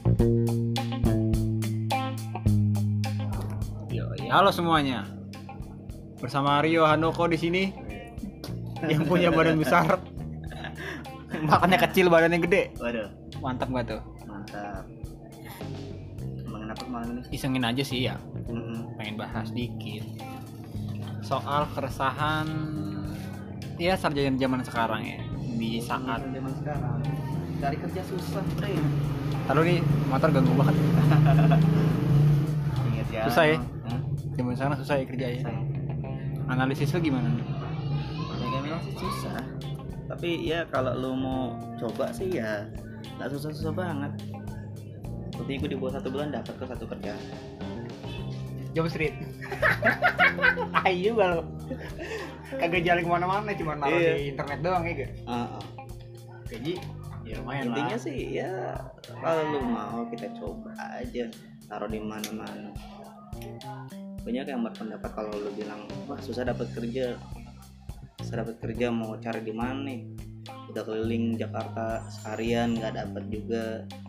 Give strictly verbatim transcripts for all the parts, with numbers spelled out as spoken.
Yoi, halo semuanya. Bersama Rio Hanoko di sini yang punya badan besar. Makannya kecil, badannya gede. Waduh, Mantap gak tuh? mantap. Emang kenapa malam ini? Isengin aja sih ya. Mm-mm. Pengen bahas dikit soal keresahan ya sarjana zaman sekarang ya. Di saat zaman sekarang cari kerja susah, Bre. taruh nih motor ganggu banget. Ingat ya. Susah ya? Hmm? Zaman sekarang susah ya kerja ya. Susah ya. Analisis lu gimana? Ya kayak memang sih susah. Tapi ya kalau lu mau coba sih ya nggak susah-susah banget. Seperti gue di bawah satu bulan dapat ke satu kerja. Job street. Ayo kalau kagak jalan kemana-mana, cuma naruh Iya. di internet doang ya gak? Uh-uh. Gaji ya lumayan Intinya lah. sih ya kalau lu mau kita coba aja taruh di mana-mana. Banyak yang berpendapat kalau lu bilang wah susah dapat kerja, susah dapat kerja mau cari di mana nih? Udah keliling Jakarta seharian nggak dapat juga.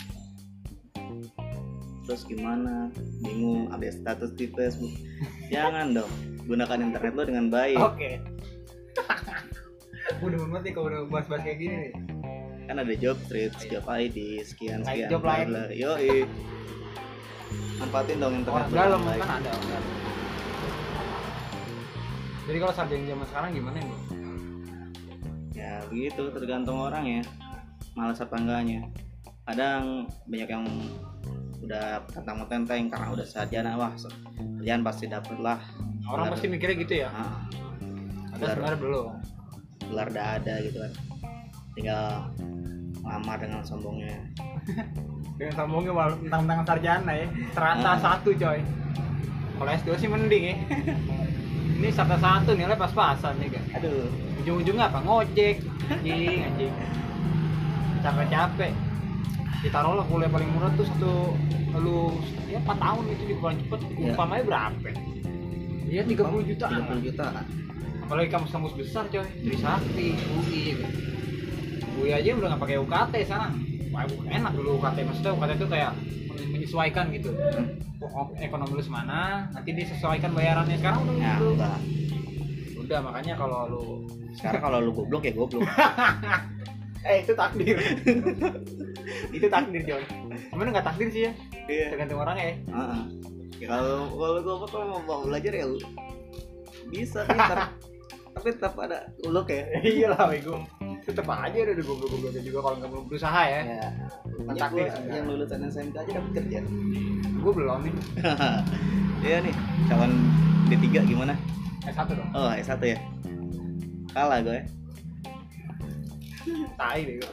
Terus gimana? Bingung update status di Facebook. Jangan dong, gunakan internet lo dengan baik. Oke. Udah banget nih kalau udah bahas-bahas kayak gini nih. Kan ada job street, job I D, sekian Naik sekian. job lain. Yoi. Manfaatin dong internet Orang lo dalam dengan baik. kan ada. Kan. Jadi kalau sarjana zaman sekarang gimana nih? Ya begitu, tergantung orang ya. Malas apa enggaknya. Kadang banyak yang udah tentang-tenteng karena udah sarjana, wah kerjaan pasti dapet lah. Orang Gelar- pasti mikirnya gitu ya. Ah, Ada gelar, sebenarnya belum. gelar dah ada gitu kan. Tinggal ngelamar dengan sombongnya. Dengan sombongnya malah tentang-tentang sarjana ya. Serata Ah. satu coy. Kalau S dua sih mending ya. Ini serata satu nilai pas-pasan nih kan. Aduh, Ujung-ujungnya apa? Ngojek. Anjing, anjing. Capek-capek. Ditaruhlah kuliah paling murah tuh satu lu ya empat tahun itu juga paling cepet. Iya. Umpamanya berapa? Iya tiga puluh jutaan. tiga puluh juta. Apalagi kampus-kampus besar coy. Trisakti, U I gitu. U I aja udah nggak pakai U K T sekarang. Wah, enak dulu U K T. Maksudnya U K T itu kayak menyesuaikan gitu. Oh, ekonomi lu semana, nanti disesuaikan bayarannya. Sekarang udah Ya, gitu. enggak. Udah makanya kalau lu Sekarang kalau lu goblok ya goblok. eh itu takdir. Itu takdir coy. Cuman nggak takdir sih ya. Iya. Tergantung orangnya ya. Heeh. Ya, kalau kalau goblok kalau mau, mau belajar ya lu bisa pintar. Tapi tetap ada ulok ya. Iya lah bego. Tetep aja udah goblok-gobloknya juga kalau nggak belum berusaha ya. Ya, Kan ya takdir gua sebenarnya. yang lulusan S M K aja dapat kerja. Gue belum nih. Iya nih, calon D tiga gimana? S satu dong. Oh, S satu ya. Kalah gue. Tai bego.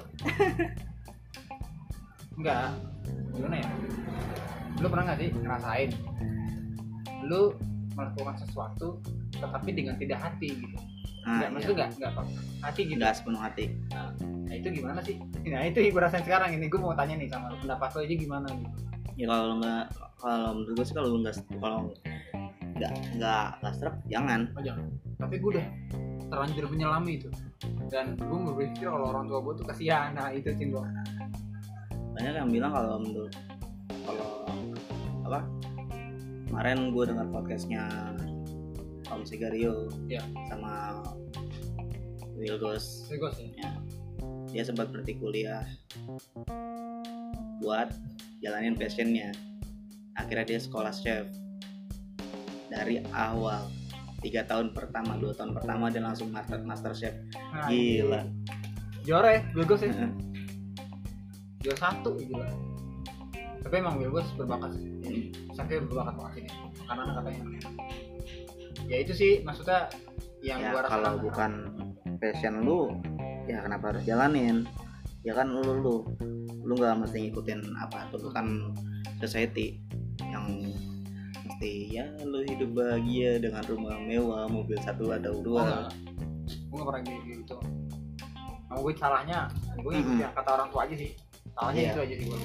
Enggak. Gimana ya? Lu pernah nggak sih ngerasain? Lu melakukan sesuatu tetapi dengan tidak hati gitu. Nah, Enggak, maksudnya enggak, enggak apa. Hati gitu. Enggak sepenuh hati. Nah, nah itu gimana sih? Nah itu yang gue rasain sekarang ini. Gue mau tanya nih sama lu, pendapat lo aja gimana gitu. Ya kalau lu enggak, kalau menurut gue sih kalau lu enggak, kalau enggak enggak enggak serap jangan. Oh jangan. Tapi gue udah terlanjur menyelami itu. Dan gue berpikir kalau orang tua gue tuh kasihan. Nah itu sih gue. Banyak yang bilang kalau menurut kalau apa? Kemarin gue dengar podcastnya Om Sigario Ya. sama Wilgos. Gue sih. Ya. Dia sempat berhenti kuliah buat jalanin passionnya. Akhirnya dia sekolah chef dari awal tiga tahun pertama, dua tahun pertama dia langsung master master chef. Nah, Gila. Juara ya, Wilgos ya. Juara satu gila. Tapi emang Wilgos berbakat sih. Sakti berbakat banget ini. Karena katanya. Ya itu sih maksudnya yang Ya gua rasakan. kalau bukan passion lu, ya kenapa harus jalanin? Ya kan lu lu lu nggak mesti ngikutin apa tuntutan society yang mesti ya lu hidup bahagia dengan rumah mewah, mobil satu atau Oh, dua. enggak. Gue gak pernah gitu. Nah, gue salahnya, gue ngikutin Mm-hmm. kata orang tua aja sih. Salahnya Iya. itu aja sih gue.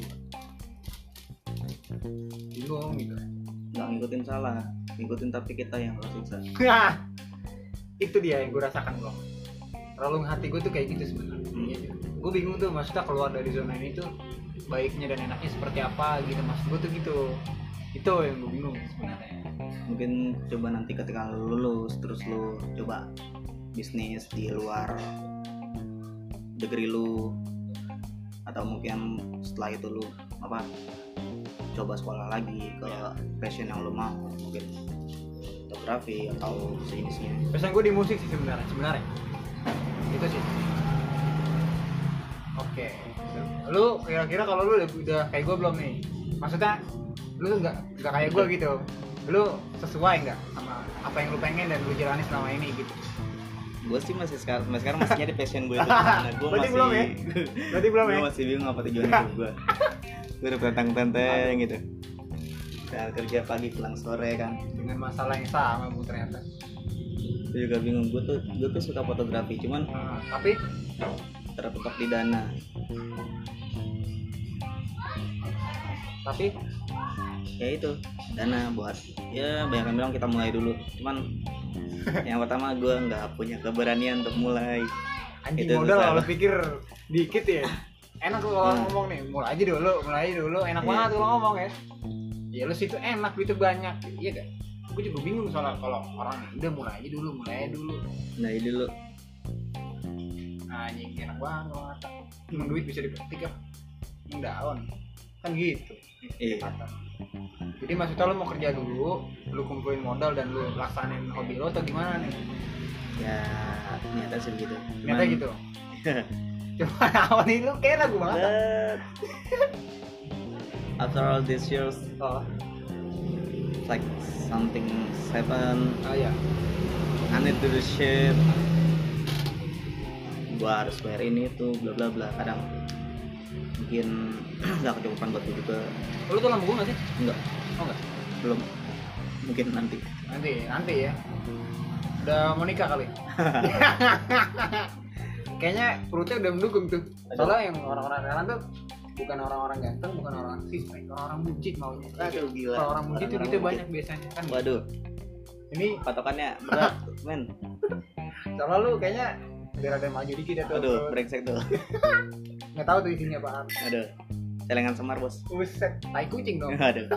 Bingung gitu. Nggak ngikutin salah, ngikutin tapi kita yang tersiksa. Itu dia yang gue rasakan bro. Terlalu hati gue tuh kayak gitu sebenarnya. Hmm. Gue bingung tuh maksudnya keluar dari zona ini tuh baiknya dan enaknya seperti apa gitu mas gue tuh gitu. Itu yang gue bingung sebenarnya. Mungkin coba nanti ketika lu lulus terus lu coba bisnis di luar degree lu, atau mungkin setelah itu lu apa coba sekolah lagi ke passion yang lu mau, mungkin fotografi atau sejenisnya. Pesan gue di musik sih sebenarnya sebenarnya itu sih. Oke, lu kira-kira kalau lu udah, udah kayak gue belum nih, maksudnya lu nggak nggak kayak gue gitu, lu sesuai nggak sama apa yang lu pengen dan lu jalani selama ini gitu? Gue sih masih sekarang, masih sekarang masih nyari passion gue itu gimana. Gue masih belum ya? Berarti belum ya? Gue masih bingung apa tujuan hidup gue. Gue udah tentang-tentang gitu. Dan kerja pagi pulang sore kan. Dengan masalah yang sama bu ternyata. Gue juga bingung. Gue tuh gue tuh suka fotografi, cuman Nah, tapi terpatok di dana. tapi Ya itu dana buat ya banyak yang bilang kita mulai dulu, cuman yang pertama gue nggak punya keberanian untuk mulai. anjing Itu modal susah. lo pikir dikit ya. Enak lu kalau Hmm. ngomong nih, mulai aja dulu, mulai aja dulu, enak Iya. banget kalau ngomong ya. Ya lu situ enak, duitnya banyak, iya kan? Gue juga bingung soalnya kalau orang udah mulai aja dulu, mulai aja dulu. Nah ini dulu. Anjing enak banget kalau ngata. Emang duit bisa dipetik ya? Daun kan gitu. Iya. Kata. Jadi maksudnya lu mau kerja dulu, lu kumpulin modal dan lu laksanin hobi lu atau gimana nih? Ya niatnya sih begitu. Ternyata Cuman- gitu. Cuma awal ini lu kayak lagu banget. But after all these years, Oh, like something happen, oh ya. I need to do shit. Gua harus bayar ini tuh, bla bla bla. Kadang mungkin nggak kecukupan buat gua juga. Lu tuh lampu gua nggak sih? Enggak, Oh enggak. belum. Mungkin nanti. Nanti, nanti ya. Udah mau nikah kali. Kayaknya perutnya udah mendukung tuh. Soalnya yang orang-orang sekarang tuh bukan orang-orang ganteng, bukan orang sispek, orang-orang buncit maunya. Aduh, gila. Kalau orang buncit tuh Orang-orang gitu buncit. banyak biasanya kan. Waduh, Ini patokannya berat, men. soalnya lu kayaknya biar ada maju dikit ya tuh. Aduh, brengsek tuh. Nggak tahu tuh isinya apaan. Aduh, celengan semar bos. Buset, tai kucing dong. Aduh.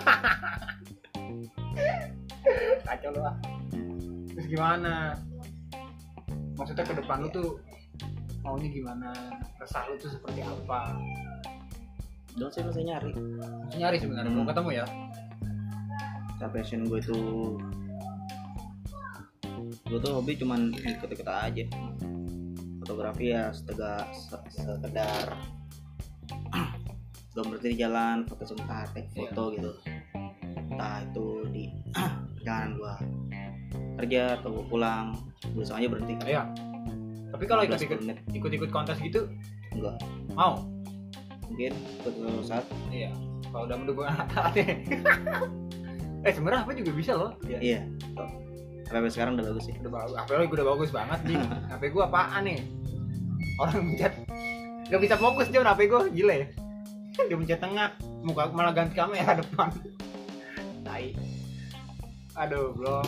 Kacau lu ah. Terus gimana? Maksudnya ke depan lu tuh maunya gimana? Resah lu tuh seperti apa? Dong saya masih nyari. Masih nyari sebenarnya, Hmm. belum ketemu ya? Nah, passion gue itu gue tuh hobi cuman ikut-ikut aja. Fotografi ya setega se- sekedar gambar di jalan, foto sebentar, take foto gitu. Entah itu di perjalanan gua kerja atau gua pulang, gue aja berhenti kan. Iya. Tapi kalau lima belas ikut-ikut menit. ikut-ikut kontes gitu Enggak, mau? mungkin ikut suatu saat. Iya. Kalau udah mendukung alatnya. eh sebenarnya apa juga bisa loh. Iya. Iya, tuh. Sampai sekarang udah bagus sih. Udah bagus. H P lo udah bagus banget nih. H P gua apaan nih? Orang mencet gak bisa fokus dia H P gua, gila ya. Dia mencet tengah, muka malah ganti kamera depan. Tai. Aduh, belum.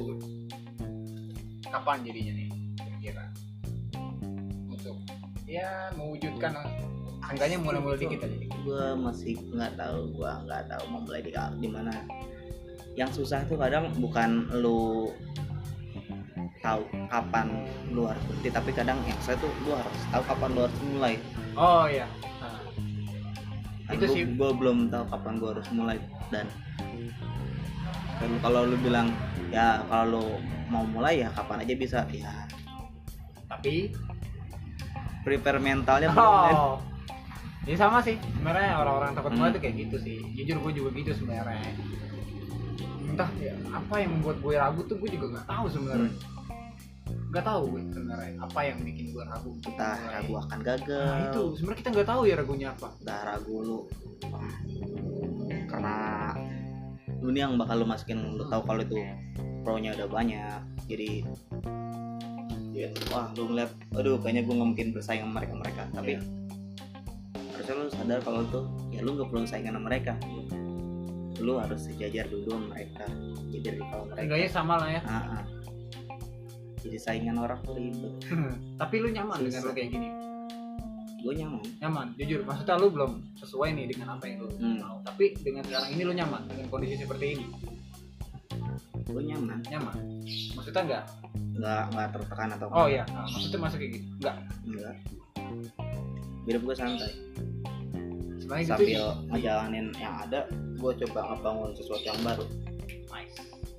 Kapan jadinya nih? Kira-kira untuk ya mewujudkan angkanya mulai-mulai dikit aja. Gue masih nggak tahu, gue nggak tahu mau mulai di di mana. Yang susah tuh kadang bukan lu tahu kapan lu harus berhenti, tapi kadang yang saya tuh lu harus tahu kapan lu harus mulai. Oh iya. Nah, Dan itu gua, sih. gua belum tahu kapan gua harus mulai. Dan kalau kalau lu bilang ya kalau lu mau mulai ya kapan aja bisa ya, Tapi prepare mentalnya belum, men. oh. Ini sama sih. Sebenarnya orang-orang takut mulai Hmm. tuh kayak gitu sih. Jujur gue juga gitu sebenarnya. Entah ya apa yang membuat gue ragu tuh gue juga nggak tahu sebenarnya. Hmm. Nggak tahu gue sebenarnya apa yang bikin gue ragu. untuk Entah mulai. ragu akan gagal, Nah, itu sebenarnya kita nggak tahu ya ragunya apa. entah ragu lu karena dunia yang bakal lu masukin, lu tahu kalau itu pro-nya udah banyak, jadi ya, wah lu ngeliat, aduh kayaknya gue nggak mungkin bersaing sama mereka mereka tapi Iya. harusnya lu sadar kalau tuh ya lu nggak perlu saingan sama mereka, lu harus sejajar dulu sama mereka, jadi kalau mereka Enggaknya sama lah ya. ah, ah. jadi saingan orang tuh ribet. Tapi lu nyaman dengan Susah. lo kayak gini? Gue nyaman. Nyaman, jujur. Maksudnya lu belum sesuai nih dengan apa yang lu Hmm. mau. Tapi dengan sekarang ini lu nyaman dengan kondisi seperti ini. Gue nyaman, Nyaman. Maksudnya enggak? nggak nggak tertekan atau Oh iya, nah, maksudnya masuk kayak gitu. Enggak. enggak. Hidup gue santai. Sebenarnya gitu Sambil sih. ngejalanin yang ada, gue coba ngebangun sesuatu yang baru. Nice.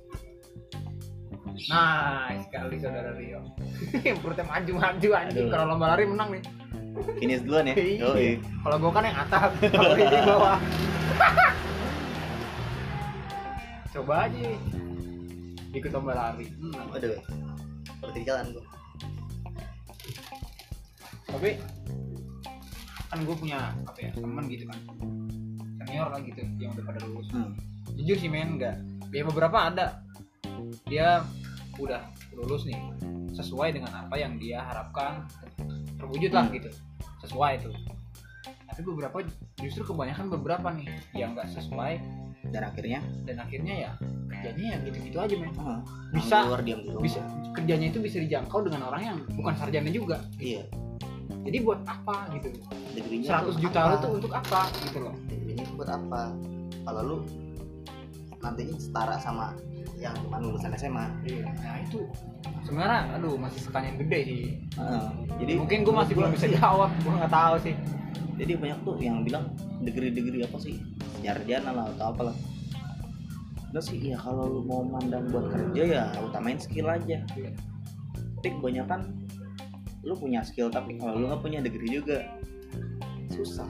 Nice sekali saudara Rio. Yang perutnya maju-maju anjing. Aduh. Kalau lomba lari menang nih. Finish duluan ya. Iya. Yoi. Kalau gua kan yang atas, kalau dia di bawah. Coba aja ikut lomba lari. Hmm. Waduh, seperti di jalan gue. Tapi kan gue punya apa ya teman gitu kan, senior lah gitu yang udah pada lulus. Hmm. Jujur sih men, enggak. Ya beberapa ada. Dia udah lulus nih, sesuai dengan apa yang dia harapkan, terwujud lah Hmm. gitu, sesuai itu. Tapi beberapa justru kebanyakan beberapa nih yang nggak sesuai Dan akhirnya, dan akhirnya ya kerjanya ya gitu-gitu aja men. oh, Bisa- nganggur, diam di rumah. Bisa kerjanya itu bisa dijangkau dengan orang yang bukan sarjana juga. Iya. Jadi buat apa gitu? Degrinya seratus tuh juta apa? lu tuh untuk apa gitu loh. Degrinya tuh buat apa? Kalau lu nantinya setara sama yang cuma lulusan S M A. Iya. Nah itu sebenarnya aduh masih pertanyaan gede sih. Heeh. Jadi Mungkin gue masih belum bisa jawab, gue nggak tahu sih. Jadi banyak tuh yang bilang degree-degree apa sih, sarjana lah atau apalah. Nah sih ya kalau lu mau mandang buat kerja ya utamain skill aja. Iya. Tapi kebanyakan lu punya skill tapi kalau lu nggak punya degree juga susah.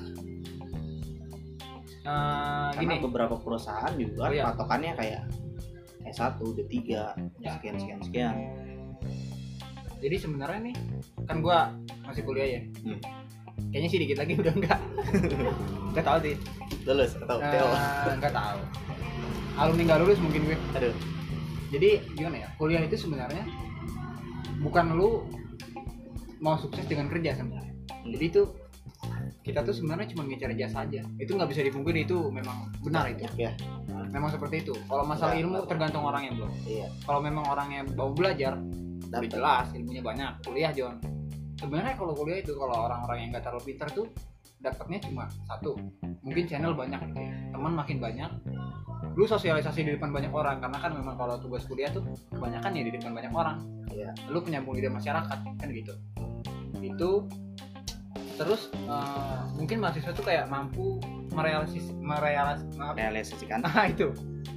Nah, Karena gini. beberapa perusahaan juga Oh, iya. patokannya kayak S satu, D tiga, Ya. sekian sekian sekian. Jadi sebenarnya nih kan gue masih kuliah ya. Hmm. Kayaknya sih dikit lagi udah enggak. Enggak tahu sih. Lulus atau T O. Enggak tahu. Alumni nggak lulus mungkin gue. Aduh. Jadi gimana ya? Kuliah itu sebenarnya bukan lu mau sukses dengan kerja sebenarnya. Jadi itu kita tuh sebenarnya cuma ngejar jasa aja. Itu nggak bisa dipungkiri, itu memang benar itu. Ya. Memang seperti itu. Kalau masalah Nggak, ilmu nggak. tergantung orangnya bro. Iya. Kalau memang orangnya mau belajar, udah Dapet. jelas ilmunya banyak. Kuliah John. Sebenarnya kalau kuliah itu kalau orang-orang yang nggak terlalu pintar tuh dapatnya cuma satu. Mungkin channel banyak gitu ya. Teman makin banyak. Lu sosialisasi di depan banyak orang karena kan memang kalau tugas kuliah tuh kebanyakan ya di depan banyak orang. Iya. Lu penyambung lidah masyarakat kan gitu. Itu terus eh, mungkin mahasiswa tuh kayak mampu merealisis merealis maaf, Realisasikan. ah itu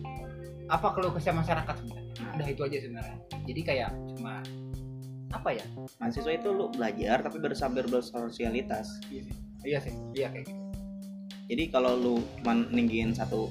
apa keluh kesah masyarakat sebenarnya. Udah itu aja sebenarnya. Jadi kayak cuma apa ya? Mahasiswa itu lu belajar tapi bersabar bersosialitas. Iya sih. Iya sih. Iya kayak gitu. Jadi kalau lu cuma ninggiin satu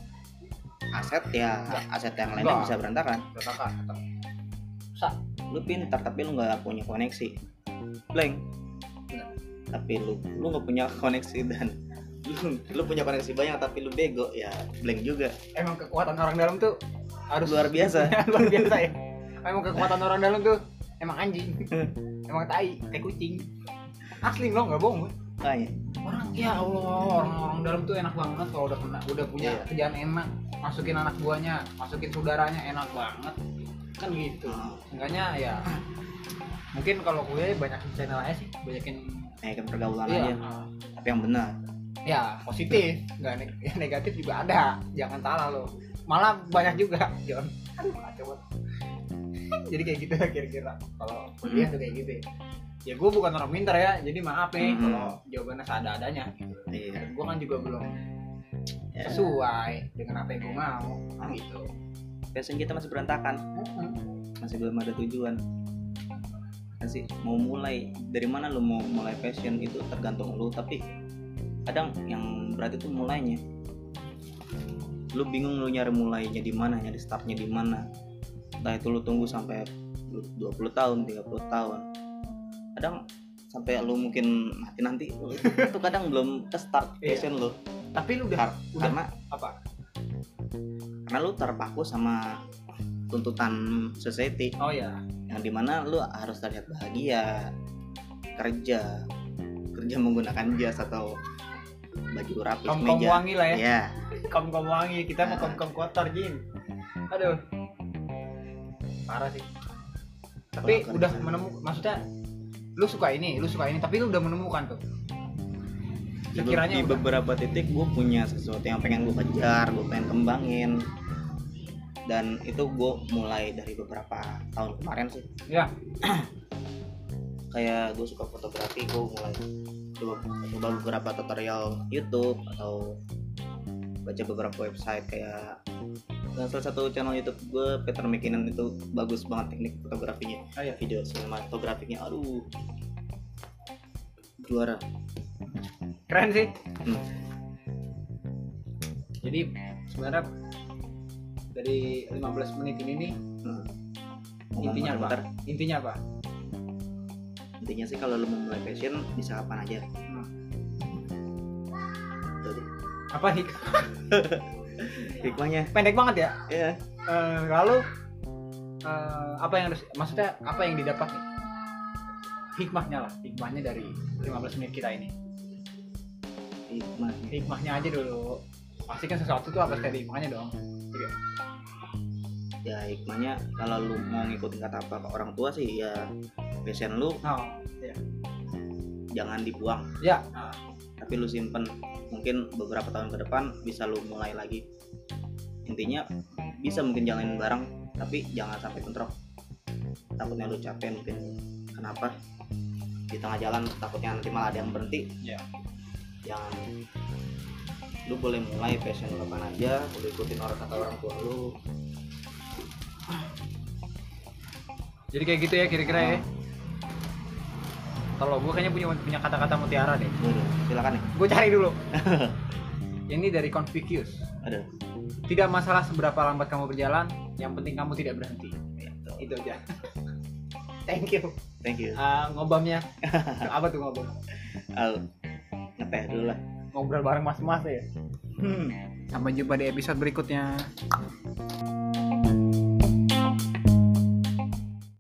aset ya Enggak. aset yang lainnya Enggak. bisa berantakan. Berantakan atau susah. Lu pintar tapi lu nggak punya koneksi, blank. Benar. Tapi lu lu nggak punya koneksi dan lu, lu punya koneksi banyak tapi lu bego ya blank juga. Emang kekuatan orang dalam tuh harus Luar biasa. luar biasa ya. Emang kekuatan orang dalam tuh emang anjing. Emang tai kayak kucing. Asli lo nggak bohong gue. Kayak Orang ya Allah, orang-orang dalam tuh enak banget kalau udah kena, udah punya Iya. kerjaan enak, masukin anak buahnya, masukin saudaranya enak banget. Kan gitu. Hmm. Enggaknya ya mungkin kalau gue banyakin channel aja sih, banyakin naikin pergaulan iya, aja, tapi yang benar. ya positif, nggak neg- ya, negatif juga ada, jangan salah lo. Malah banyak juga, John. Aduh, kacau banget. Jadi kayak gitu lah kira-kira. Kalau kuliah tuh kayak gitu. Ya, ya gue bukan orang pintar ya, jadi maaf nih Hmm. kalau jawabannya seadanya. Gitu. Iya. Dan gue kan juga belum Ya. sesuai dengan apa yang gue mau, kan gitu. Passion kita masih berantakan, masih belum ada tujuan. Masih mau mulai dari mana lu mau mulai passion itu tergantung lu, tapi kadang yang berat itu mulainya. Lu bingung lu nyari mulainya di mana, nyari startnya di mana. Entah itu lu tunggu sampai dua puluh tahun, tiga puluh tahun. Kadang sampai lu mungkin mati nanti itu kadang belum ke start Iya. passion lu. Tapi lu udah, Kar- udah karena apa? karena lu terpaku sama tuntutan society Oh ya, yang dimana lu harus terlihat bahagia, kerja kerja menggunakan jas atau baju rapi kom kom meja wangi lah ya. ya. Kom kom wangi, kita mau Nah. kom kom kotor Jin. Aduh, parah sih. Tapi Wah, udah keren. menemukan, maksudnya lu suka ini, lu suka ini, tapi lu udah menemukan tuh. Di, be- Sekiranya di udah. beberapa titik gue punya sesuatu yang pengen gue kejar, gue pengen kembangin, dan itu gue mulai dari beberapa tahun kemarin sih. Ya. Kayak gue suka fotografi, gue mulai coba, coba beberapa tutorial YouTube atau baca beberapa website kayak, dan salah satu channel YouTube gue Peter McKinnon itu bagus banget teknik fotografinya, Oh, iya. video sinematografiknya, aduh juara. Keren sih. Hmm. Jadi sebenarnya dari lima belas menit ini nih, Hmm. intinya apa? Bentar. Intinya apa? Intinya sih kalau lu mau mulai passion bisa kapan aja. Hmm. Jadi Apa hik? hikmahnya Pendek banget ya. ya Eh, lalu eh, apa yang harus, maksudnya apa yang didapat nih? Hikmahnya lah, hikmahnya dari lima belas menit kita ini. hikmahnya Hikmahnya aja dulu. Pasti kan sesuatu tuh harus ada hikmahnya dong. Oke. ya hikmahnya kalau lu mau ngikutin kata apa orang tua sih ya, passion lu Oh, ya. jangan dibuang, Ya. tapi lu simpen, mungkin beberapa tahun ke depan bisa lu mulai lagi. Intinya bisa mungkin jalanin bareng, tapi jangan sampai bentrok, takutnya lu capek mungkin kenapa di tengah jalan, takutnya nanti malah ada yang berhenti. Ya. Jangan, lu boleh mulai passion lu kapan aja, boleh ikutin orang kata orang tua lu. Jadi kayak gitu ya kira-kira ya. Kalau gue kayaknya punya punya kata-kata mutiara deh. Waduh, silakan nih. Gue cari dulu. Ini dari Confucius. Ada. Tidak masalah seberapa lambat kamu berjalan, yang penting kamu tidak berhenti. Itu aja. Thank you. Thank you. Uh, ngobamnya. Apa tuh ngobam? Al, ngeteh dulu lah. Ngobrol bareng mas-mas ya. Hmm. Sampai jumpa di episode berikutnya.